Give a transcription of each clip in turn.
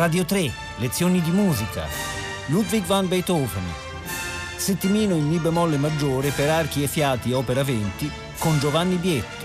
Radio 3, lezioni di musica. Ludwig van Beethoven. Settimino in Mi bemolle maggiore per archi e fiati, opera 20, con Giovanni Bietti.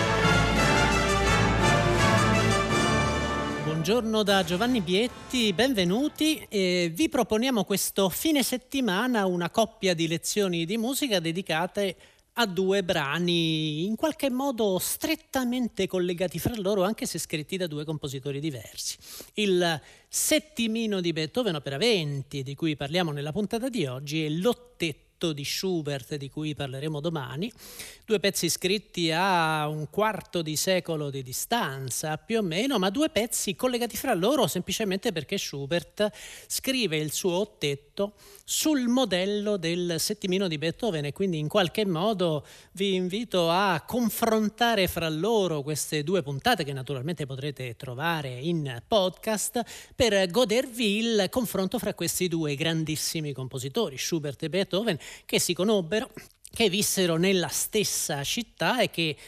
Buongiorno da Giovanni Bietti, benvenuti. Vi proponiamo questo fine settimana una coppia di lezioni di musica dedicate a due brani in qualche modo strettamente collegati fra loro, anche se scritti da due compositori diversi. Il Settimino di Beethoven, opera 20, di cui parliamo nella puntata di oggi, e l'Ottetto di Schubert, di cui parleremo domani, due pezzi scritti a un quarto di secolo di distanza più o meno, ma due pezzi collegati fra loro semplicemente perché Schubert scrive il suo Ottetto sul modello del Settimino di Beethoven, e quindi in qualche modo vi invito a confrontare fra loro queste due puntate, che naturalmente potrete trovare in podcast, per godervi il confronto fra questi due grandissimi compositori, Schubert e Beethoven, che si conobbero, che vissero nella stessa città e che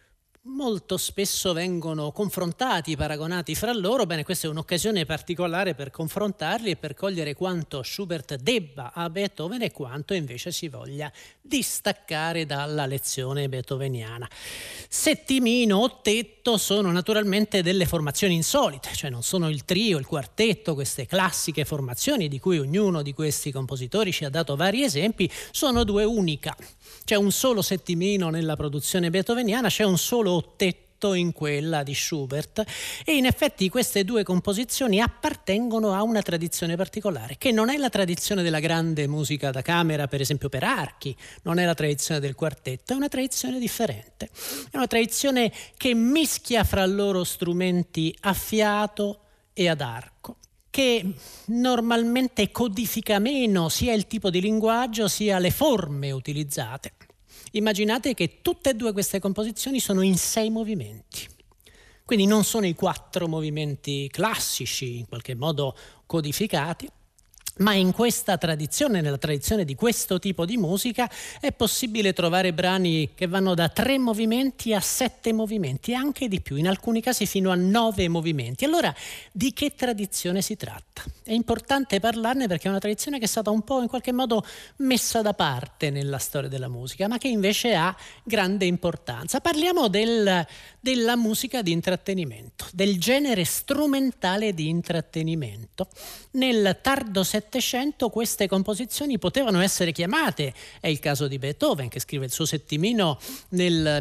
molto spesso vengono confrontati, paragonati fra loro. Bene, questa è un'occasione particolare per confrontarli e per cogliere quanto Schubert debba a Beethoven e quanto invece si voglia distaccare dalla lezione beethoveniana. Settimino, ottetto sono naturalmente delle formazioni insolite, cioè non sono il trio, il quartetto, queste classiche formazioni di cui ognuno di questi compositori ci ha dato vari esempi, sono due unica. C'è un solo settimino nella produzione beethoveniana, c'è un solo ottetto in quella di Schubert, e in effetti queste due composizioni appartengono a una tradizione particolare, che non è la tradizione della grande musica da camera, per esempio per archi, non è la tradizione del quartetto, è una tradizione differente, è una tradizione che mischia fra loro strumenti a fiato e ad arco, che normalmente codifica meno sia il tipo di linguaggio sia le forme utilizzate. Immaginate che tutte e due queste composizioni sono in 6 movimenti, quindi non sono i 4 movimenti classici in qualche modo codificati, ma in questa tradizione, nella tradizione di questo tipo di musica, è possibile trovare brani che vanno da 3 movimenti a 7 movimenti, e anche di più, in alcuni casi fino a 9 movimenti. Allora, di che tradizione si tratta? È importante parlarne perché è una tradizione che è stata un po' in qualche modo messa da parte nella storia della musica, ma che invece ha grande importanza. Parliamo della musica di intrattenimento, del genere strumentale di intrattenimento. Nel tardo Settecento queste composizioni potevano essere chiamate, è il caso di Beethoven che scrive il suo Settimino nel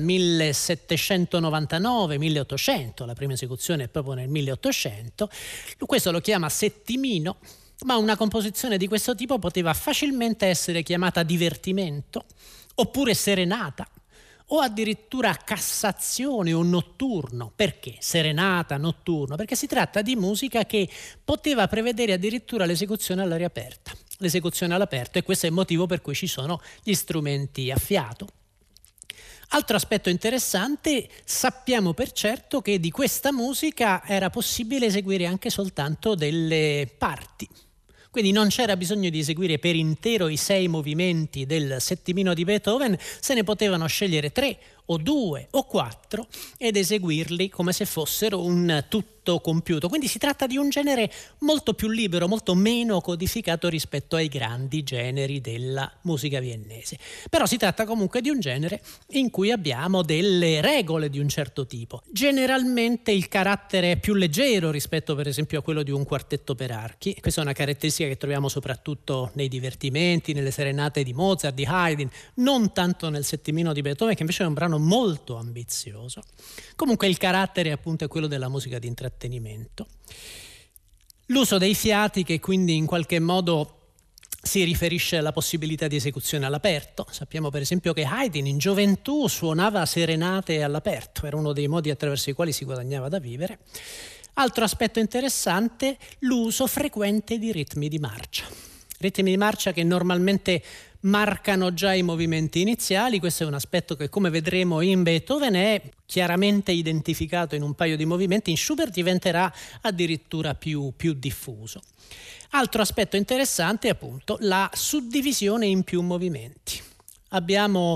1799-1800, la prima esecuzione è proprio nel 1800, questo lo chiama Settimino, ma una composizione di questo tipo poteva facilmente essere chiamata divertimento, oppure serenata, o addirittura Cassazione o notturno. Perché serenata, notturno? Perché si tratta di musica che poteva prevedere addirittura l'esecuzione all'aria aperta, l'esecuzione all'aperto, e questo è il motivo per cui ci sono gli strumenti a fiato. Altro aspetto interessante, sappiamo per certo che di questa musica era possibile eseguire anche soltanto delle parti. Quindi non c'era bisogno di eseguire per intero i 6 movimenti del Settimino di Beethoven, se ne potevano scegliere 3 o 2 o 4 ed eseguirli come se fossero un tutto compiuto. Quindi si tratta di un genere molto più libero, molto meno codificato rispetto ai grandi generi della musica viennese. Però si tratta comunque di un genere in cui abbiamo delle regole di un certo tipo. Generalmente il carattere è più leggero rispetto per esempio a quello di un quartetto per archi. Questa è una caratteristica che troviamo soprattutto nei divertimenti, nelle serenate di Mozart, di Haydn, non tanto nel Settimino di Beethoven, che invece è un brano molto ambizioso. Comunque il carattere appunto è quello della musica di intrattenimento. L'uso dei fiati, che quindi in qualche modo si riferisce alla possibilità di esecuzione all'aperto. Sappiamo per esempio che Haydn in gioventù suonava serenate all'aperto, era uno dei modi attraverso i quali si guadagnava da vivere. Altro aspetto interessante, l'uso frequente di ritmi di marcia. Ritmi di marcia che normalmente marcano già i movimenti iniziali. Questo è un aspetto che, come vedremo in Beethoven, è chiaramente identificato in un paio di movimenti, in Schubert diventerà addirittura più diffuso. Altro aspetto interessante è appunto la suddivisione in più movimenti. Abbiamo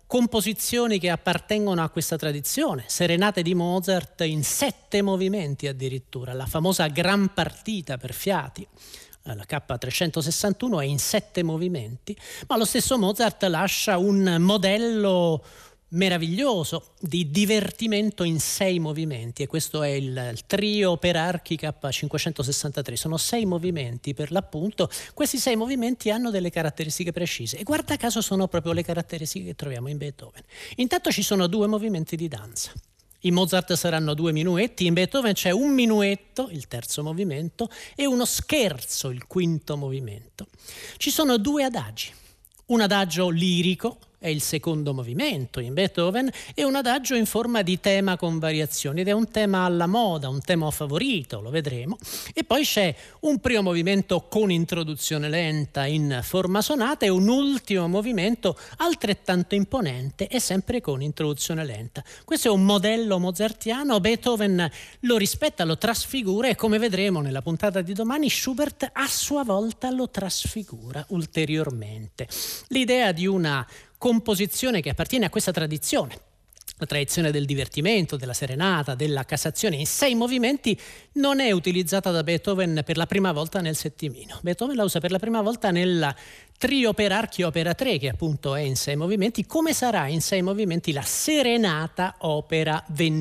composizioni che appartengono a questa tradizione, serenate di Mozart in 7 movimenti addirittura, la famosa Gran Partita per fiati, la K361 è in 7 movimenti, ma lo stesso Mozart lascia un modello meraviglioso di divertimento in 6 movimenti, e questo è il trio per archi K563. Sono 6 movimenti per l'appunto. Questi 6 movimenti hanno delle caratteristiche precise e guarda caso sono proprio le caratteristiche che troviamo in Beethoven. Intanto ci sono 2 movimenti di danza. In Mozart saranno 2 minuetti, in Beethoven c'è un minuetto, il terzo movimento, e uno scherzo, il quinto movimento. Ci sono 2 adagi, un adagio lirico, è il secondo movimento in Beethoven, e un adagio in forma di tema con variazioni, ed è un tema alla moda, un tema favorito, lo vedremo. E poi c'è un primo movimento con introduzione lenta in forma sonata e un ultimo movimento altrettanto imponente e sempre con introduzione lenta. Questo è un modello mozartiano, Beethoven lo rispetta, lo trasfigura, e come vedremo nella puntata di domani Schubert a sua volta lo trasfigura ulteriormente. L'idea di una composizione che appartiene a questa tradizione, la tradizione del divertimento, della serenata, della Cassazione in 6 movimenti, non è utilizzata da Beethoven per la prima volta nel settimino. Beethoven la usa per la prima volta nel trio per archi opera 3, che appunto è in 6 movimenti, come sarà in 6 movimenti la Serenata opera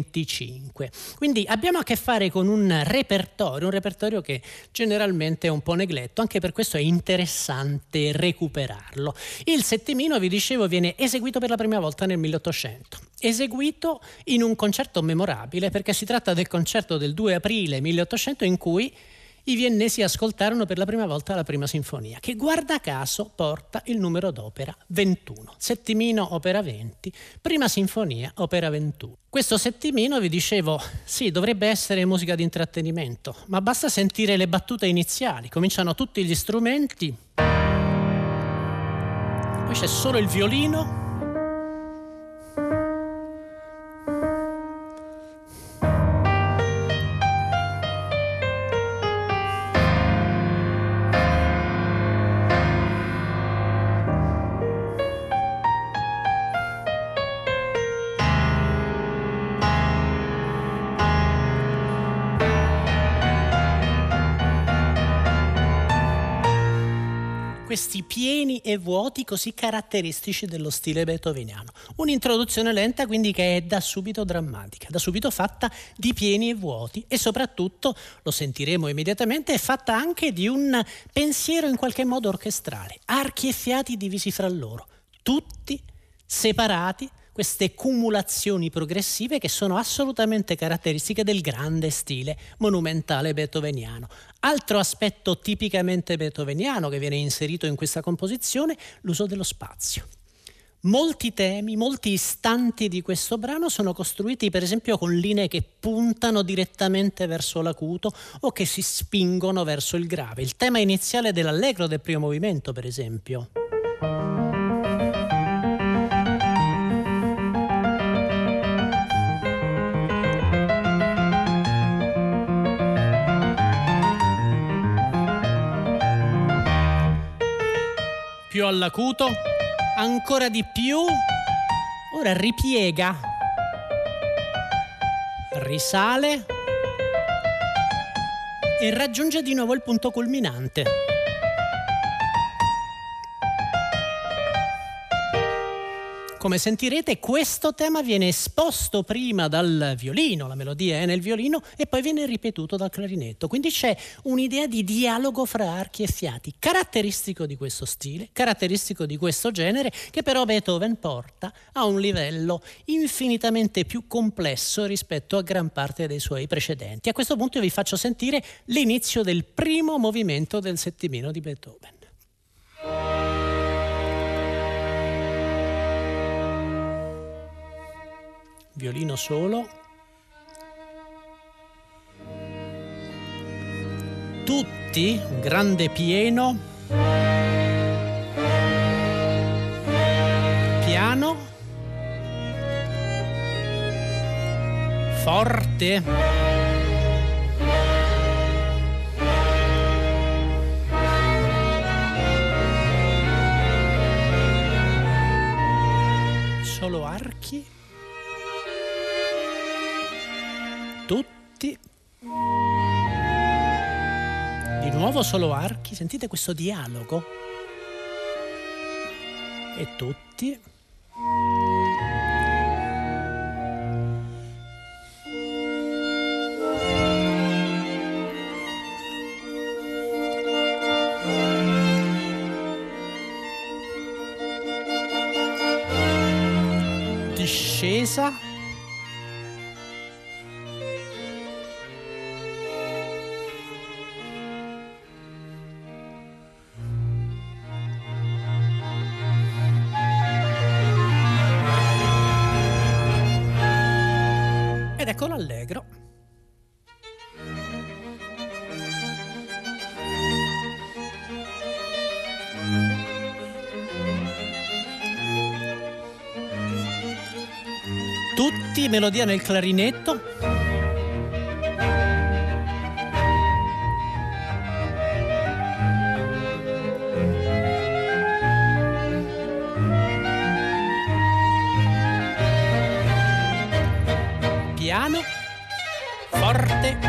25. Quindi abbiamo a che fare con un repertorio che generalmente è un po' negletto, anche per questo è interessante recuperarlo. Il settimino, vi dicevo, viene eseguito per la prima volta nel 1800. Eseguito in un concerto memorabile, perché si tratta del concerto del 2 aprile 1800 in cui i viennesi ascoltarono per la prima volta la prima sinfonia, che guarda caso porta il numero d'opera 21. Settimino opera 20, prima sinfonia opera 21. Questo settimino, vi dicevo, sì, dovrebbe essere musica di intrattenimento, ma basta sentire le battute iniziali, cominciano tutti gli strumenti, poi c'è solo il violino, questi pieni e vuoti così caratteristici dello stile beethoveniano. Un'introduzione lenta quindi che è da subito drammatica, da subito fatta di pieni e vuoti, e soprattutto, lo sentiremo immediatamente, è fatta anche di un pensiero in qualche modo orchestrale, archi e fiati divisi fra loro, tutti separati, queste cumulazioni progressive che sono assolutamente caratteristiche del grande stile monumentale beethoveniano. Altro aspetto tipicamente beethoveniano che viene inserito in questa composizione, l'uso dello spazio. Molti temi, molti istanti di questo brano sono costruiti per esempio con linee che puntano direttamente verso l'acuto o che si spingono verso il grave. Il tema iniziale dell'allegro del primo movimento, per esempio. Più all'acuto, ancora di più, ora ripiega, risale e raggiunge di nuovo il punto culminante. Come sentirete, questo tema viene esposto prima dal violino, la melodia è nel violino, e poi viene ripetuto dal clarinetto. Quindi c'è un'idea di dialogo fra archi e fiati, caratteristico di questo stile, caratteristico di questo genere, che però Beethoven porta a un livello infinitamente più complesso rispetto a gran parte dei suoi precedenti. A questo punto vi faccio sentire l'inizio del primo movimento del settimino di Beethoven. Violino solo, tutti, un grande pieno, piano, forte, tutti. Di nuovo solo archi, sentite questo dialogo. E tutti. Discesa. Ed ecco l'allegro. Tutti, melodia nel clarinetto. Piano, forte.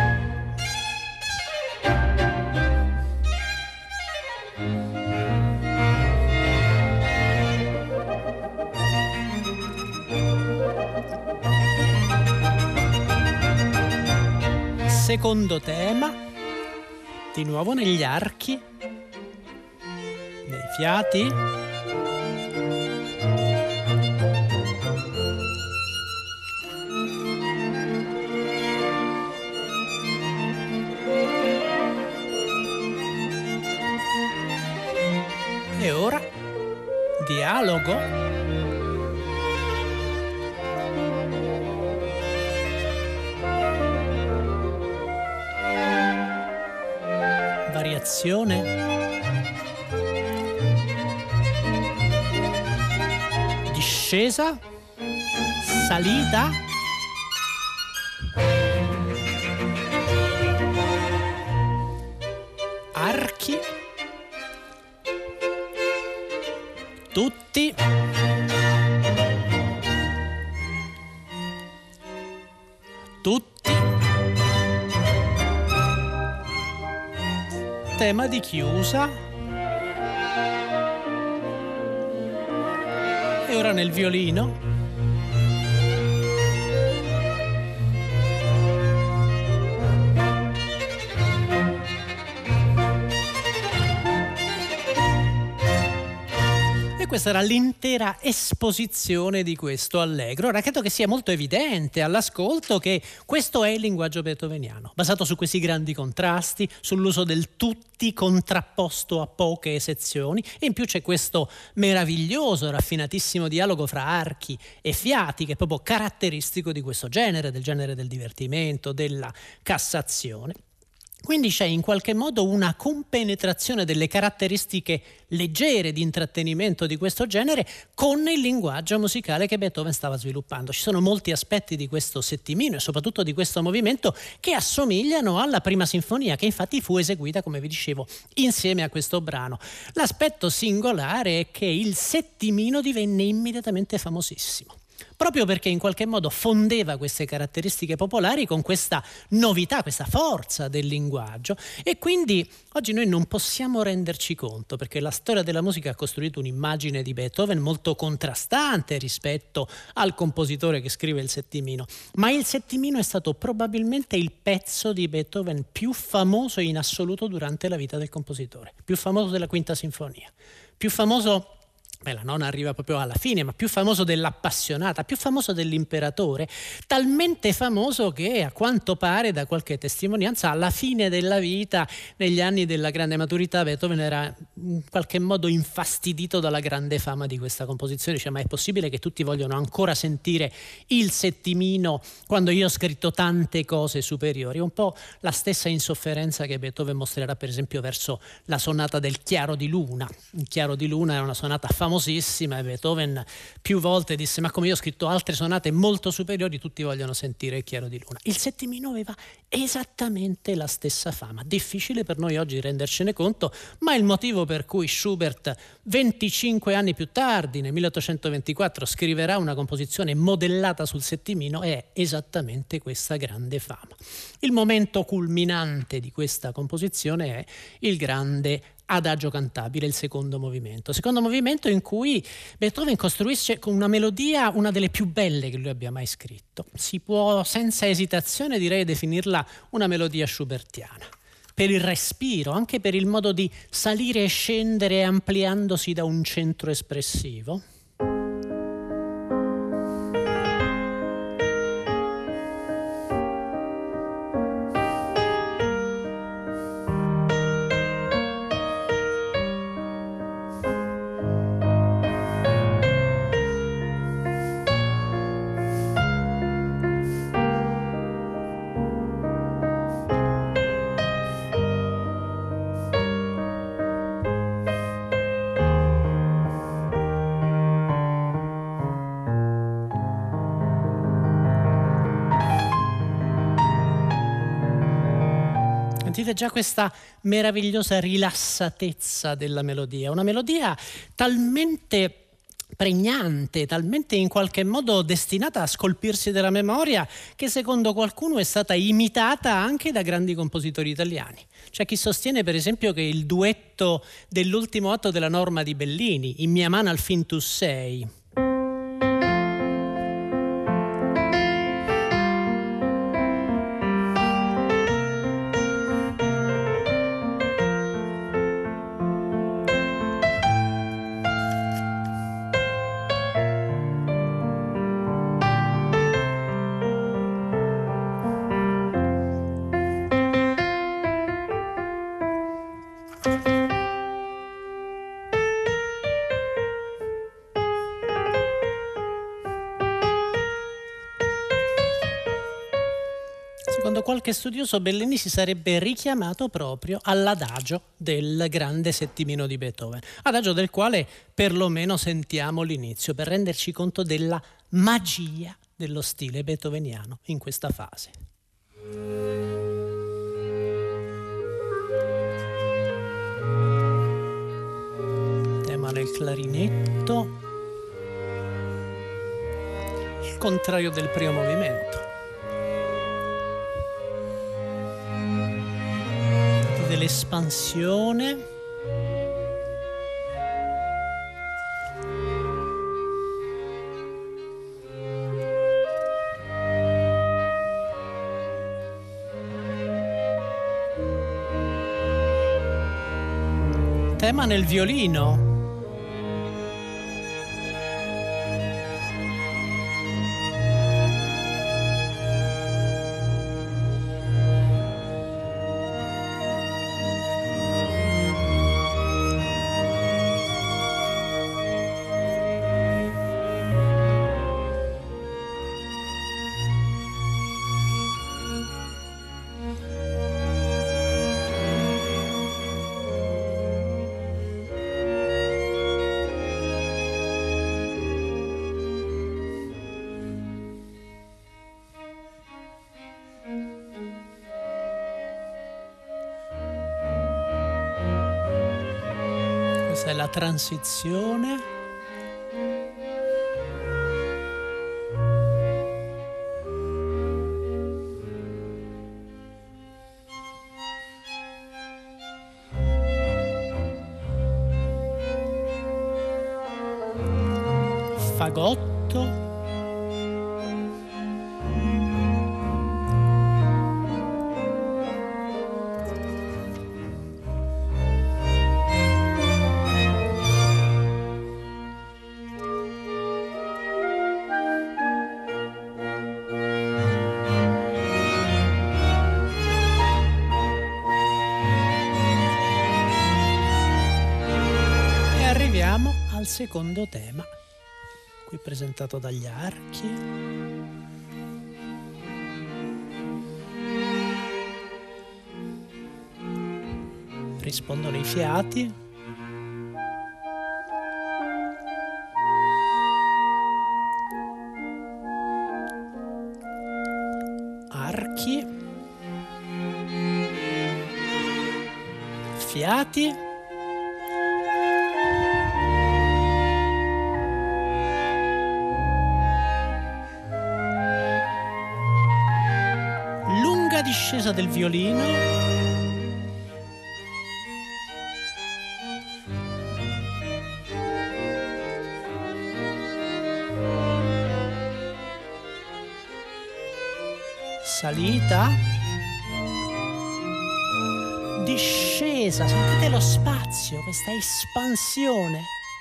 Secondo tema, di nuovo negli archi, nei fiati. E ora, dialogo. Variazione. Discesa. Salita. Archi. Tutti. Tutti. Tema di chiusa. E ora nel violino. Questa era l'intera esposizione di questo allegro. Ora credo che sia molto evidente all'ascolto che questo è il linguaggio beethoveniano, basato su questi grandi contrasti, sull'uso del tutti contrapposto a poche sezioni, e in più c'è questo meraviglioso, raffinatissimo dialogo fra archi e fiati che è proprio caratteristico di questo genere, del genere del divertimento, della Cassazione. Quindi c'è in qualche modo una compenetrazione delle caratteristiche leggere di intrattenimento di questo genere con il linguaggio musicale che Beethoven stava sviluppando. Ci sono molti aspetti di questo settimino e soprattutto di questo movimento che assomigliano alla prima sinfonia, che infatti fu eseguita, come vi dicevo, insieme a questo brano. L'aspetto singolare è che il settimino divenne immediatamente famosissimo, proprio perché in qualche modo fondeva queste caratteristiche popolari con questa novità, questa forza del linguaggio, e quindi oggi noi non possiamo renderci conto, perché la storia della musica ha costruito un'immagine di Beethoven molto contrastante rispetto al compositore che scrive il settimino, ma il settimino è stato probabilmente il pezzo di Beethoven più famoso in assoluto durante la vita del compositore, più famoso della Quinta Sinfonia, più famoso. La nona arriva proprio alla fine, ma più famoso dell'Appassionata, più famoso dell'Imperatore, talmente famoso che a quanto pare, da qualche testimonianza, alla fine della vita, negli anni della grande maturità, Beethoven era in qualche modo infastidito dalla grande fama di questa composizione. Dice: ma è possibile che tutti vogliono ancora sentire il settimino quando io ho scritto tante cose superiori? Un po' la stessa insofferenza che Beethoven mostrerà per esempio verso la sonata del Chiaro di Luna. Il Chiaro di Luna è una sonata famosissima famosissima, e Beethoven più volte disse: ma come io ho scritto altre sonate molto superiori, tutti vogliono sentire il Chiaro di Luna. Il settimino aveva esattamente la stessa fama. Difficile per noi oggi rendercene conto, ma il motivo per cui Schubert 25 anni più tardi, nel 1824, scriverà una composizione modellata sul settimino è esattamente questa grande fama. Il momento culminante di questa composizione è il grande Adagio cantabile, il secondo movimento in cui Beethoven costruisce con una melodia, una delle più belle che lui abbia mai scritto. Si può senza esitazione, direi, definirla una melodia schubertiana, per il respiro, anche per il modo di salire e scendere ampliandosi da un centro espressivo. Sentite già questa meravigliosa rilassatezza della melodia, una melodia talmente pregnante, talmente in qualche modo destinata a scolpirsi della memoria, che secondo qualcuno è stata imitata anche da grandi compositori italiani. C'è chi sostiene per esempio che il duetto dell'ultimo atto della Norma di Bellini, In mia mano al fin tu sei, secondo qualche studioso Bellini si sarebbe richiamato proprio all'adagio del grande settimino di Beethoven, adagio del quale perlomeno sentiamo l'inizio per renderci conto della magia dello stile beethoveniano in questa fase. Tema del clarinetto, il contrario del primo movimento. Dell'espansione, tema nel violino. Questa è la transizione. Fagotto. Arriviamo al secondo tema, qui presentato dagli archi. Rispondono i fiati. archi, fiati, lunga discesa del violino, salita, discesa, sentite lo spazio, questa espansione.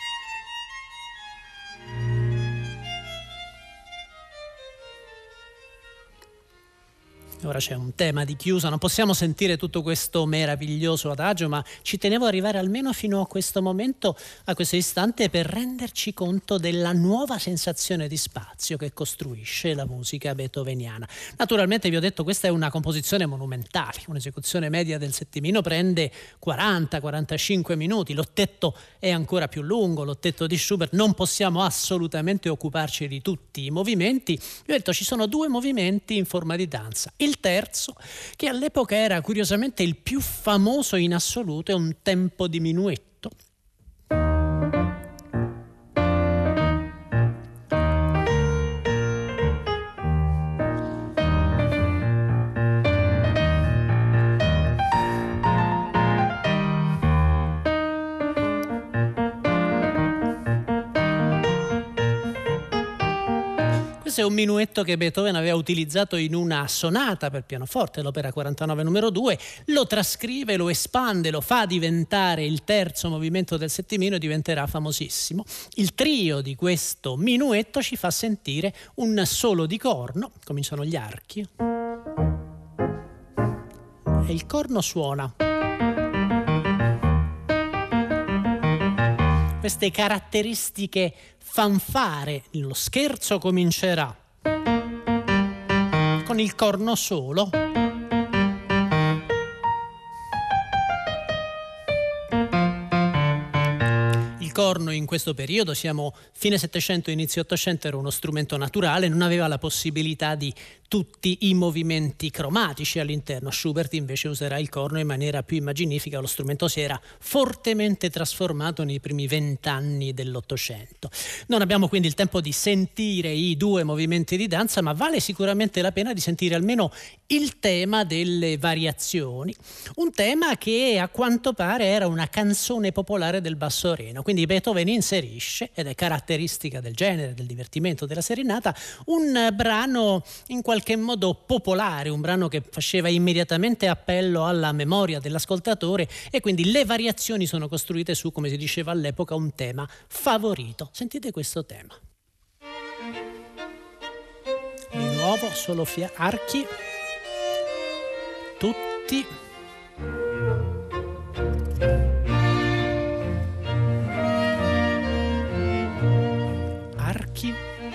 Ora c'è un tema di chiusa, non possiamo sentire tutto questo meraviglioso adagio, ma ci tenevo ad arrivare almeno fino a questo momento, a questo istante, per renderci conto della nuova sensazione di spazio che costruisce la musica beethoveniana. Naturalmente vi ho detto, questa è una composizione monumentale, un'esecuzione media del settimino prende 40-45 minuti, l'ottetto è ancora più lungo, l'ottetto di Schubert, non possiamo assolutamente occuparci di tutti i movimenti. Vi ho detto, ci sono 2 movimenti in forma di danza. Il terzo, che all'epoca era curiosamente il più famoso in assoluto, è un tempo di minuetto. Questo è un minuetto che Beethoven aveva utilizzato in una sonata per pianoforte, l'opera 49 numero 2, lo trascrive, lo espande, lo fa diventare il terzo movimento del settimino e diventerà famosissimo. Il trio di questo minuetto ci fa sentire un solo di corno, cominciano gli archi e il corno suona. Queste caratteristiche fanfare, lo scherzo comincerà con il corno solo, il corno in questo periodo, siamo fine Settecento, inizio Ottocento, era uno strumento naturale, non aveva la possibilità di tutti i movimenti cromatici all'interno. Schubert invece userà il corno in maniera più immaginifica, lo strumento si era fortemente trasformato nei primi 20 anni dell'Ottocento. Non abbiamo quindi il tempo di sentire i 2 movimenti di danza, ma vale sicuramente la pena di sentire almeno il tema delle variazioni, un tema che a quanto pare era una canzone popolare del Basso Reno, quindi Beethoven inserisce, ed è caratteristica del genere, del divertimento, della serenata, un brano in qualche modo popolare, un brano che faceva immediatamente appello alla memoria dell'ascoltatore, e quindi le variazioni sono costruite su, come si diceva all'epoca, un tema favorito. Sentite questo tema. Di nuovo solo archi, tutti. Archi.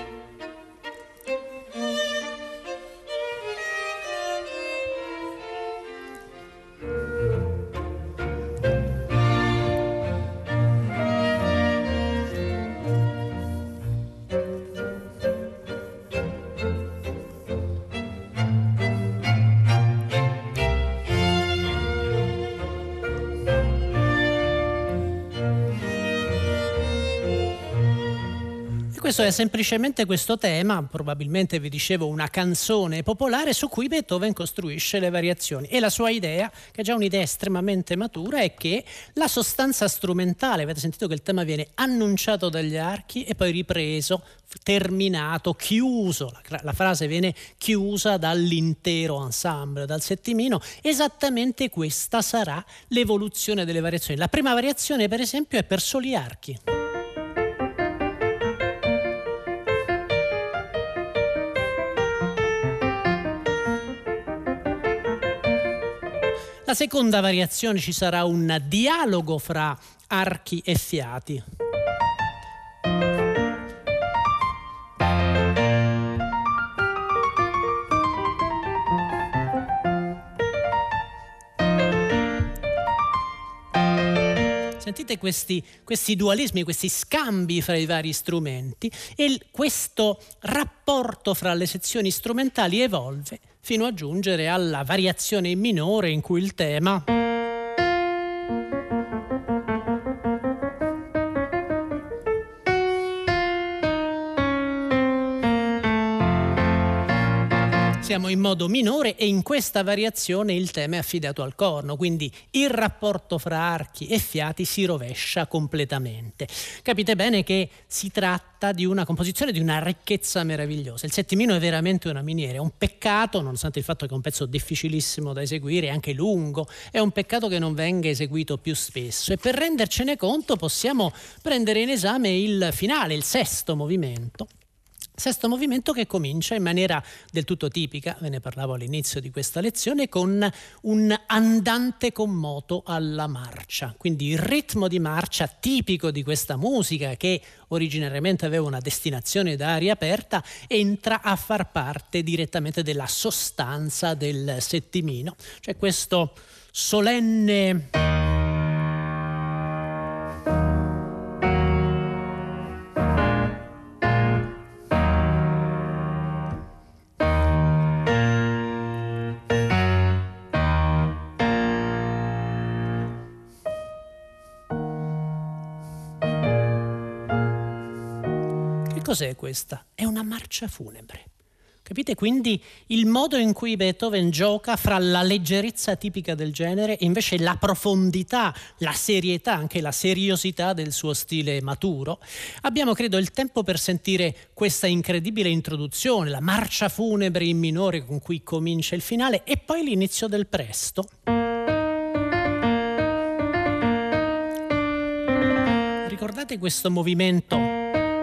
Questo è semplicemente questo tema, probabilmente vi dicevo una canzone popolare su cui Beethoven costruisce le variazioni, e la sua idea, che è già un'idea estremamente matura, è che la sostanza strumentale, avete sentito che il tema viene annunciato dagli archi e poi ripreso, terminato, chiuso, la frase viene chiusa dall'intero ensemble, dal settimino. Esattamente questa sarà l'evoluzione delle variazioni. La prima variazione, per esempio, è per soli archi. La seconda variazione ci sarà un dialogo fra archi e fiati. Sentite questi dualismi, questi scambi fra i vari strumenti, e questo rapporto fra le sezioni strumentali evolve fino a giungere alla variazione in minore in cui il tema siamo in modo minore e in questa variazione il tema è affidato al corno, quindi il rapporto fra archi e fiati si rovescia completamente. Capite bene che si tratta di una composizione di una ricchezza meravigliosa. Il settimino è veramente una miniera, è un peccato, nonostante il fatto che è un pezzo difficilissimo da eseguire, anche lungo, è un peccato che non venga eseguito più spesso, e per rendercene conto possiamo prendere in esame il finale, il sesto movimento. Sesto movimento che comincia in maniera del tutto tipica, ve ne parlavo all'inizio di questa lezione, con un andante con moto alla marcia. Quindi il ritmo di marcia tipico di questa musica, che originariamente aveva una destinazione da aria aperta, entra a far parte direttamente della sostanza del settimino. Cioè questo solenne Cos'è questa? È una marcia funebre. Capite quindi il modo in cui Beethoven gioca fra la leggerezza tipica del genere e invece la profondità, la serietà, anche la seriosità del suo stile maturo. Abbiamo, credo, il tempo per sentire questa incredibile introduzione, la marcia funebre in minore con cui comincia il finale, e poi l'inizio del presto. Ricordate questo movimento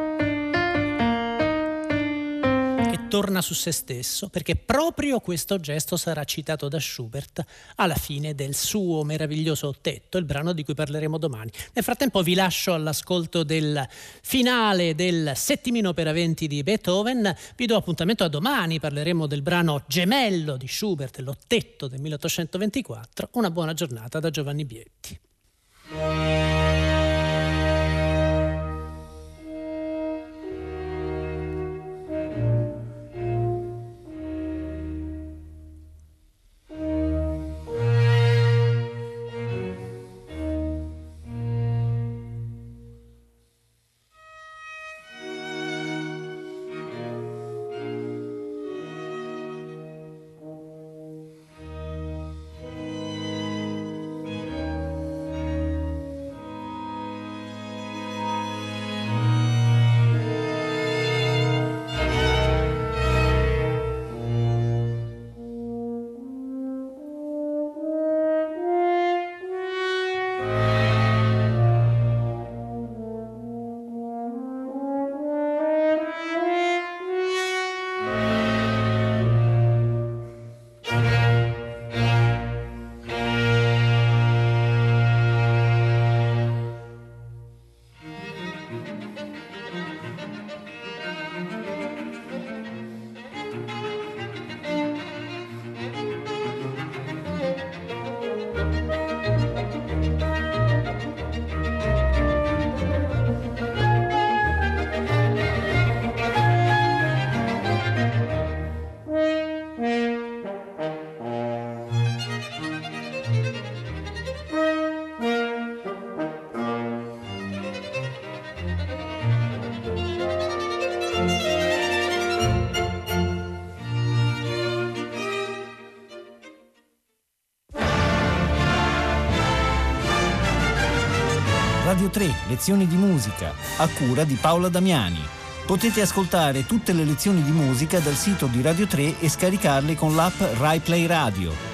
torna su se stesso, perché proprio questo gesto sarà citato da Schubert alla fine del suo meraviglioso ottetto, il brano di cui parleremo domani. Nel frattempo vi lascio all'ascolto del finale del settimino per aventi di Beethoven. Vi do appuntamento a domani, parleremo del brano gemello di Schubert, l'ottetto del 1824. Una buona giornata da Giovanni Bietti. Radio 3, lezioni di musica, a cura di Paola Damiani. Potete ascoltare tutte le lezioni di musica dal sito di Radio 3 e scaricarle con l'app Rai Play Radio.